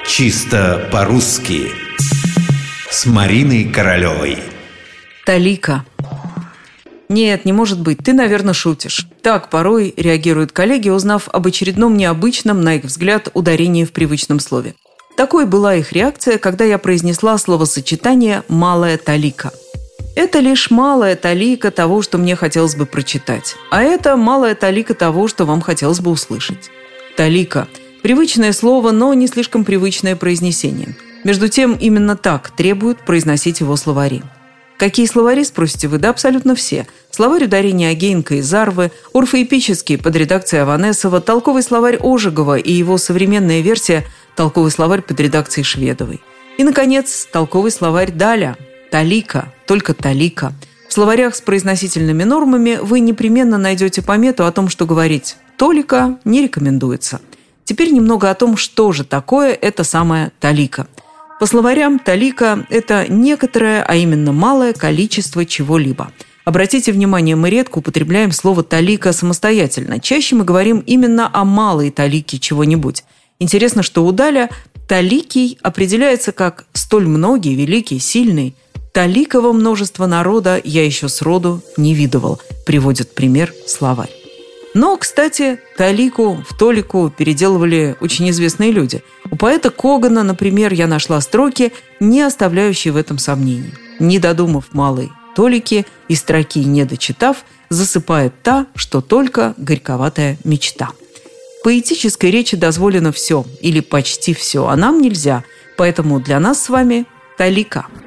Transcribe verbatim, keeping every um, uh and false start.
Чисто по-русски с Мариной Королевой. Талика. Нет, не может быть, ты, наверное, шутишь. Так порой реагируют коллеги, узнав об очередном необычном, на их взгляд, ударении в привычном слове. Такой была их реакция, когда я произнесла словосочетание «малая талика». Это лишь малая талика того, что мне хотелось бы прочитать. А это малая талика того, что вам хотелось бы услышать. Талика – привычное слово, но не слишком привычное произнесение. Между тем, именно так требуют произносить его словари. Какие словари, спросите вы? Да абсолютно все. Словарь ударения Агеенко и Зарвы, орфоэпический под редакцией Аванесова, толковый словарь Ожегова и его современная версия толковый словарь под редакцией Шведовой. И, наконец, толковый словарь Даля. Талика, только талика. В словарях с произносительными нормами вы непременно найдете помету о том, что говорить «толика» не рекомендуется. Теперь немного о том, что же такое эта самая талика. По словарям, талика – это некоторое, а именно малое количество чего-либо. Обратите внимание, мы редко употребляем слово «талика» самостоятельно. Чаще мы говорим именно о малой талике чего-нибудь. Интересно, что у Даля таликий определяется как «столь многий, великий, сильный». «Таликово множество народа я еще сроду не видывал», приводит пример словарь. Но, кстати, талику в толику переделывали очень известные люди. У поэта Когана, например, я нашла строки, не оставляющие в этом сомнений. Не додумав малой толики и строки не дочитав, засыпает та, что только горьковатая мечта. В поэтической речи дозволено все, или почти все, а нам нельзя, поэтому для нас с вами талика –